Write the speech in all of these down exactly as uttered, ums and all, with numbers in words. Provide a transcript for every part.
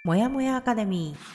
もやもやアカデミー。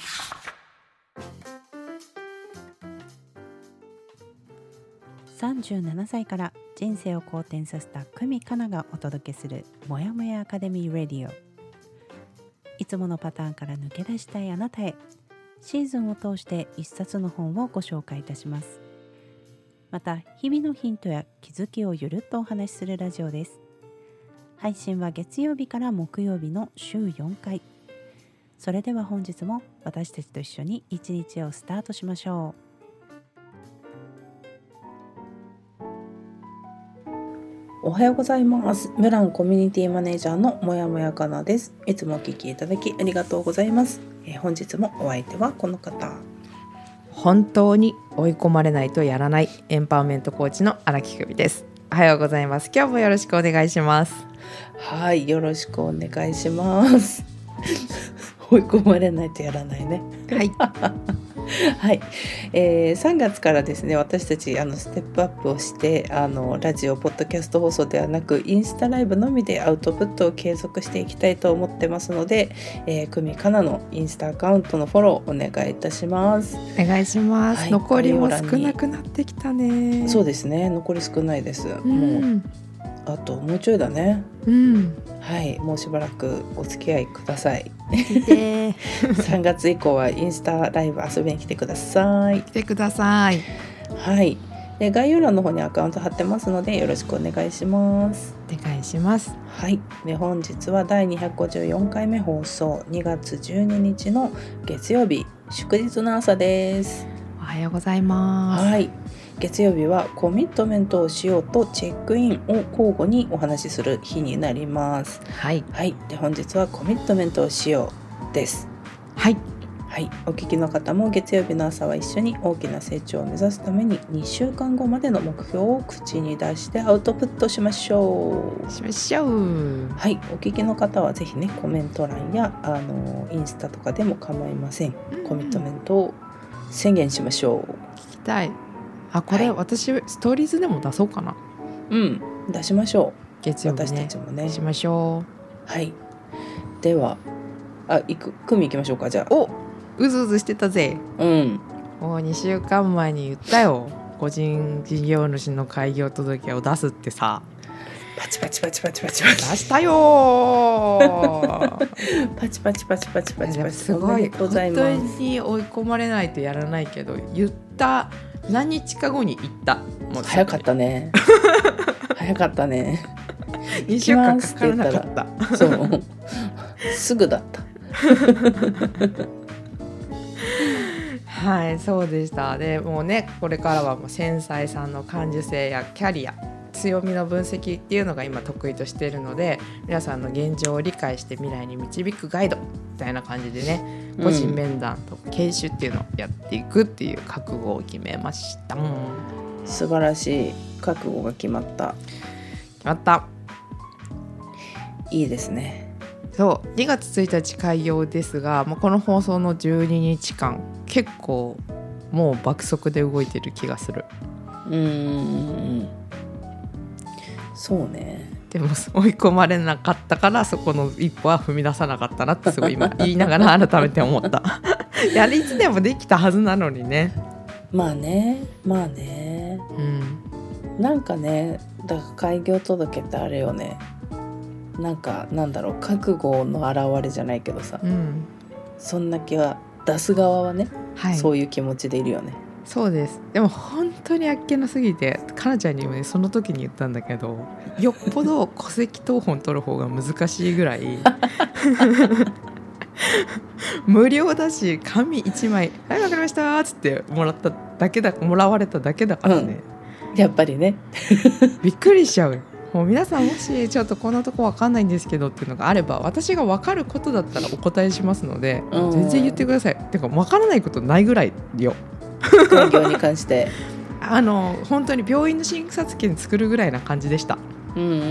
さんじゅうななさいから人生を好転させた久美かながお届けするもやもやアカデミーラディオ。いつものパターンから抜け出したいあなたへ、シーズンを通して一冊の本をご紹介いたします。また日々のヒントや気づきをゆるっとお話しするラジオです。配信は月曜日から木曜日の週よんかい。それでは本日も私たちと一緒に一日をスタートしましょう。おはようございます。ムランコミュニティマネージャーのもやもやかなです。いつもお聞きいただきありがとうございます。えー、本日もお相手はこの方。 本当に追い込まれないとやらないエンパワーメントコーチの荒木久美です。おはようございます。今日もよろしくお願いします。 はい、よろしくお願いします追い込まれないとやらないね。 はいはい、えー、さんがつからですね、私たちあのステップアップをしてあのラジオポッドキャスト放送ではなくインスタライブのみでアウトプットを継続していきたいと思ってますので、えー、久美かなのインスタアカウントのフォローお願いいたします。 お願いします、 はい、 残りも少なくなってきたね。 そうですね、残り少ないです。 うん、 もうあともうちょいだね。 うん、 はい、もうしばらくお付き合いください。 来てさんがつ以降はインスタライブ遊びに来てください。 来てください。 はい、で概要欄の方にアカウント貼ってますのでよろしくお願いします。 お願いします。 はい、で本日はだいにひゃくごじゅうよんかいめ放送、にがつじゅうににちの月曜日、祝日の朝です。 おはようございます。 はい、月曜日はコミットメントをしようとチェックインを交互にお話しする日になります。 はい、 はい、で本日はコミットメントをしようです。 はい、 はい、お聞きの方も月曜日の朝は一緒に大きな成長を目指すためににしゅうかんごまでの目標を口に出してアウトプットしましょう。 しましょう。 はい、お聞きの方はぜひね、コメント欄やあのインスタとかでも構いません。 うん、 コミットメントを宣言しましょう。 聞きたい。あ、これ、はい、私ストーリーズでも出そうかな。 うん、出しましょう。 月曜日ね、 私たちもねしましょう。はい、ではあ、行く組行きましょうか。じゃあ、 お、うずうずしてたぜ。 うん、 もうにしゅうかんまえに言ったよ。個人事業主の開業届を出すってさ。 パチパチパチパチパチパチ出したよパチパチパチパチパチパチ。 すごい、本当に追い込まれないとやらないけど、言った何日か後に言った。 もう早かったね早かったねにしゅうかんかからなかった。 そうすぐだったはい、そうでした。でもうね、これからはもう繊細さんの感受性やキャリア、強みの分析っていうのが今得意としているので、皆さんの現状を理解して未来に導くガイドみたいな感じでね、個人面談と研修っていうのをやっていくっていう覚悟を決めました。 素晴らしい覚悟が決まった決まった。 いいですね。 そうにがつついたち開業ですが、まあ、この放送のじゅうににちかん結構もう爆速で動いてる気がする。 うーん、そうね。 でも追い込まれなかったからそこの一歩は踏み出さなかったなってすごい今言いながら改めて思ったやりいつでもできたはずなのにね。 まあねまあね、うん、なんかね、だから開業届ってあれよね、なんかなんだろう、覚悟の表れじゃないけどさ、うん、そんな気は出す側はね、はい、そういう気持ちでいるよね。 そうです。でも本当にあっけなすぎて、かなちゃんにもねその時に言ったんだけど、よっぽど戸籍謄本取る方が難しいぐらい無料だし紙いちまい、はいわかりましたっつってもらっただけだもらわれただけだからね、 うん、やっぱりねびっくりしちゃう。もう皆さんもしちょっとこんなとこわかんないんですけどっていうのがあれば、私がわかることだったらお答えしますので、うん、全然言ってください。てかわからないことないぐらいよ開業に関してあの本当に病院の診察券作るぐらいな感じでした。 うんうんうんうん、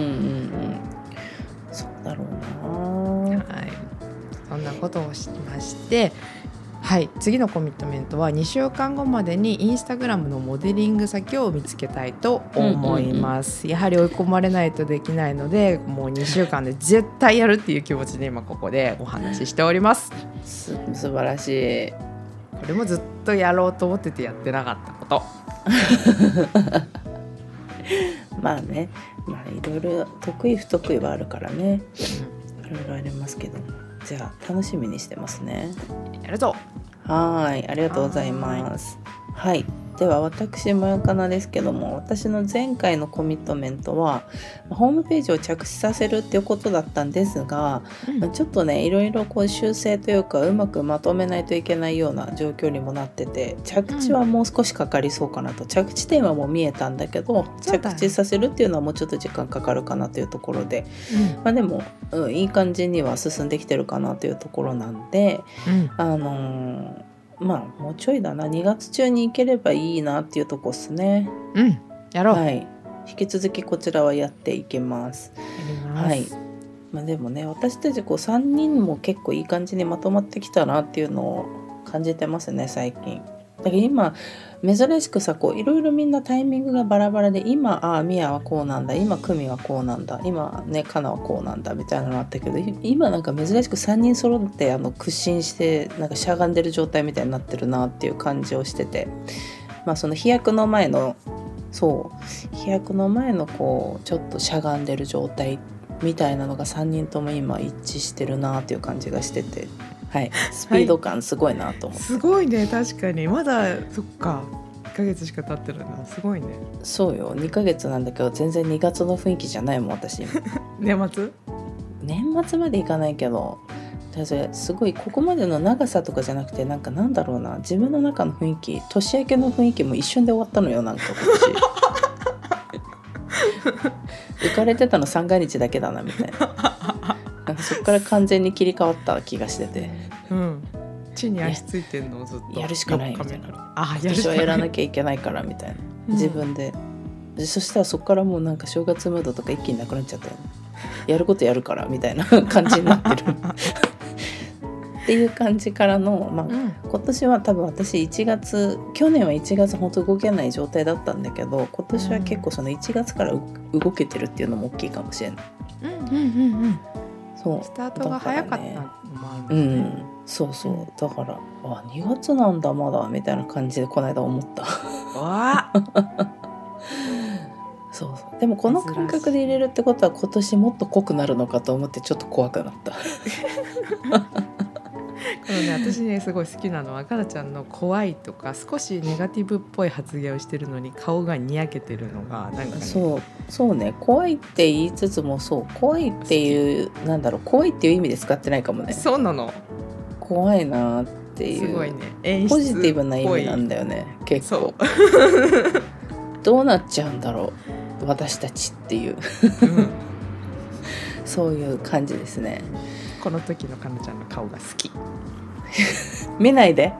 そうだろうな。 はい、そんなことをしまして、 はい、次のコミットメントはにしゅうかんごまでにインスタグラムのモデリング先を見つけたいと思います、うんうんうん、やはり追い込まれないとできないので、もうにしゅうかんで絶対やるっていう気持ちで今ここでお話ししております。 す素晴らしい。 これもずっとやろうと思っててやってなかったことまあね、まあいろいろ得意不得意はあるからね、いろいろありますけど、じゃあ楽しみにしてますね。 やるぞ。 はい、ありがとうございます。はい、では私もやかなですけども、私の前回のコミットメントはホームページを着地させるっていうことだったんですが、うん、ちょっとねいろいろこう修正というかうまくまとめないといけないような状況にもなってて、着地はもう少しかかりそうかなと、うん、着地点はもう見えたんだけど着地させるっていうのはもうちょっと時間かかるかなというところで、うんまあ、でも、うん、いい感じには進んできてるかなというところなんで、うん、あのーまあもうちょいだな、にがつ中に行ければいいなっていうとこっすね。 うんやろう。 はい、引き続きこちらはやっていけます。 やります。 はい、まあ、でもね私たちこうさんにんも結構いい感じにまとまってきたなっていうのを感じてますね最近。だけど今珍しくさこういろいろみんなタイミングがバラバラで、今あミヤはこうなんだ、今クミはこうなんだ、今ねカナはこうなんだみたいなのあったけど、今なんか珍しくさんにん揃ってあの屈伸してなんかしゃがんでる状態みたいになってるなっていう感じをしてて、まあその飛躍の前のそう飛躍の前のこうちょっとしゃがんでる状態みたいなのがさんにんとも今一致してるなっていう感じがしてて、はい、スピード感すごいなと思って、はい、 すごいね。確かにまだそっかいっかげつしか経ってるのすごいね。 そうよ、にかげつなんだけど全然にがつの雰囲気じゃないもん私年末年末までいかないけど、すごいここまでの長さとかじゃなくて、なんかなんだろうな、自分の中の雰囲気、年明けの雰囲気も一瞬で終わったのよ。なんか今年浮かれてたの三が日だけだなみたいな、なんかそこから完全に切り替わった気がしてて、 うん地に足ついてんのをずっとやるしかないみたいな、 あ今年はやらなきゃいけないからみたいな、うん、自分でそしたらそこからもうなんか正月ムードとか一気になくなっちゃったよ、ね、やることやるからみたいな感じになってるっていう感じからの、まあうん、今年は多分私いちがつ、去年はいちがつ本当動けない状態だったんだけど、今年は結構そのいちがつから動けてるっていうのも大きいかもしれない。うんうんうんうん。そうスタートが早かったのもあるんですね。うん、そうそうだからあにがつなんだまだみたいな感じでこの間思ったわそうそう、でもこの感覚で入れるってことは今年もっと濃くなるのかと思ってちょっと怖くなったこのね、私ねすごい好きなのはかなちゃんの怖いとか少しネガティブっぽい発言をしてるのに顔がにやけてるのがなんか、ね、 そうそうね、怖いって言いつつもそう怖いっていうなんだろう怖いっていう意味で使ってないかもね。 そうなの、 怖いなっていうすごい、ね、演出ポジティブな意味なんだよね結構どうなっちゃうんだろう私たちっていう、うん、そういう感じですね。 この時のかなちゃんの顔が好き見ないで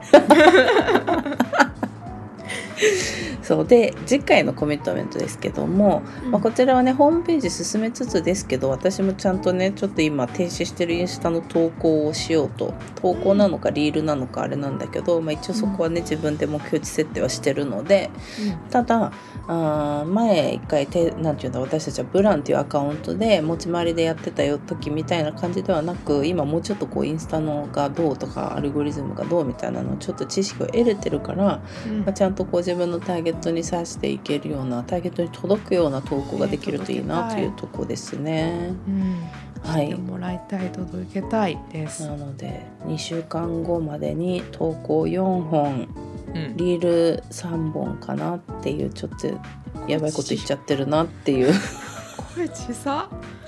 そうで次回のコミットメントですけども、うんまあ、こちらはねホームページ進めつつですけど、私もちゃんとねちょっと今停止してるインスタの投稿をしようと、投稿なのかリールなのかあれなんだけど、まあ、一応そこはね、うん、自分で目標値設定はしてるので、うん、ただあ前一回てなんていうんだ私たちはブランっていうアカウントで持ち回りでやってたよ時みたいな感じではなく、今もうちょっとこうインスタのがどうとかアルゴリズムがどうみたいなのをちょっと知識を得れてるから、うんまあ、ちゃんとこう自分のターゲットに刺していけるようなターゲットに届くような投稿ができるといいなというところですね、うんはい、してもらいたい、届けたいです。 なのでにしゅうかんごまでに投稿よんほん、うん、リールさんぼんかなっていう、ちょっとやばいこと言っちゃってるなっていう声小さ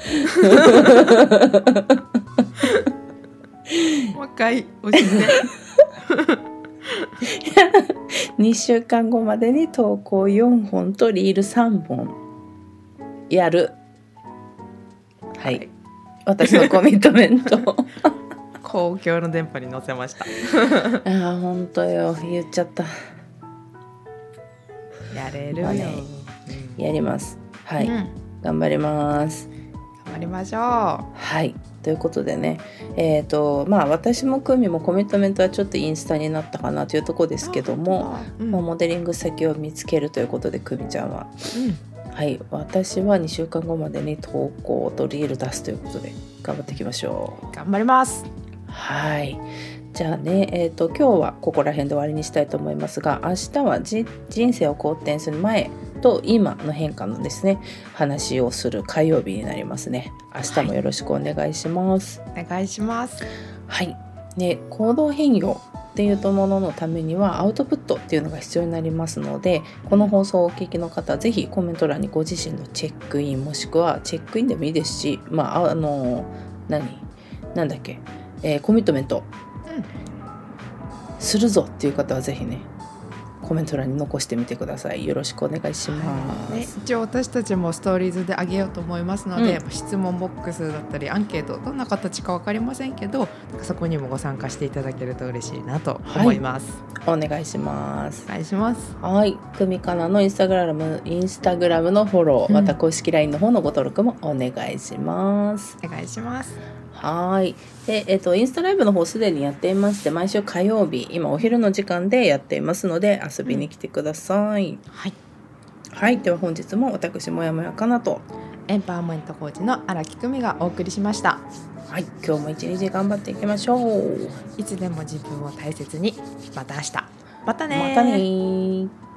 もう一回教えてにしゅうかんごまでに投稿よんほんとリールさんぼんやる。はい、はい、私のコミットメント公共の電波に載せましたあ本当よ言っちゃった。 やれるよ、ねうん、やります。はい、うん、頑張ります。 頑張りましょう。 はいということでね、えーとまあ、私もクミもコミットメントはちょっとインスタになったかなというところですけども、 うんまあ、モデリング先を見つけるということでクミちゃんは、 うんはい、私はにしゅうかんごまでに投稿とリール出すということで頑張っていきましょう。 頑張ります。 はい、じゃあね、えーと今日はここら辺で終わりにしたいと思いますが、明日はじ人生を好転する前と今の変化のですね話をする火曜日になりますね。明日もよろしくお願いします。 お願いします。 はい、で行動変容っていうもののためにはアウトプットっていうのが必要になりますので、この放送をお聞きの方ぜひコメント欄にご自身のチェックインもしくはチェックインでもいいですし、まああの何なんだっけ、えー、コミットメントするぞっていう方はぜひねコメント欄に残してみてください。よろしくお願いします、 はいね、一応私たちもストーリーズで上げようと思いますので、 うん、 質問ボックスだったりアンケートどんな形か分かりませんけど、そこにもご参加していただけると嬉しいなと思います。 はい、お願いします。 お願いします。 はい、くみかなのインスタグラムインスタグラムのフォロー、 うん、 また公式 ライン の方のご登録もお願いします。 お願いします。 はい。で、えっと、インスタライブの方すでにやっていまして、毎週火曜日、今お昼の時間でやっていますので、遊びに来てください。 うん、はい。 はい。では本日も私、もやもやかなと、 エンパワーメントコーチの荒木久美がお送りしました。 はい。今日も一日頑張っていきましょう。 いつでも自分を大切に。また明日。またね。 またね。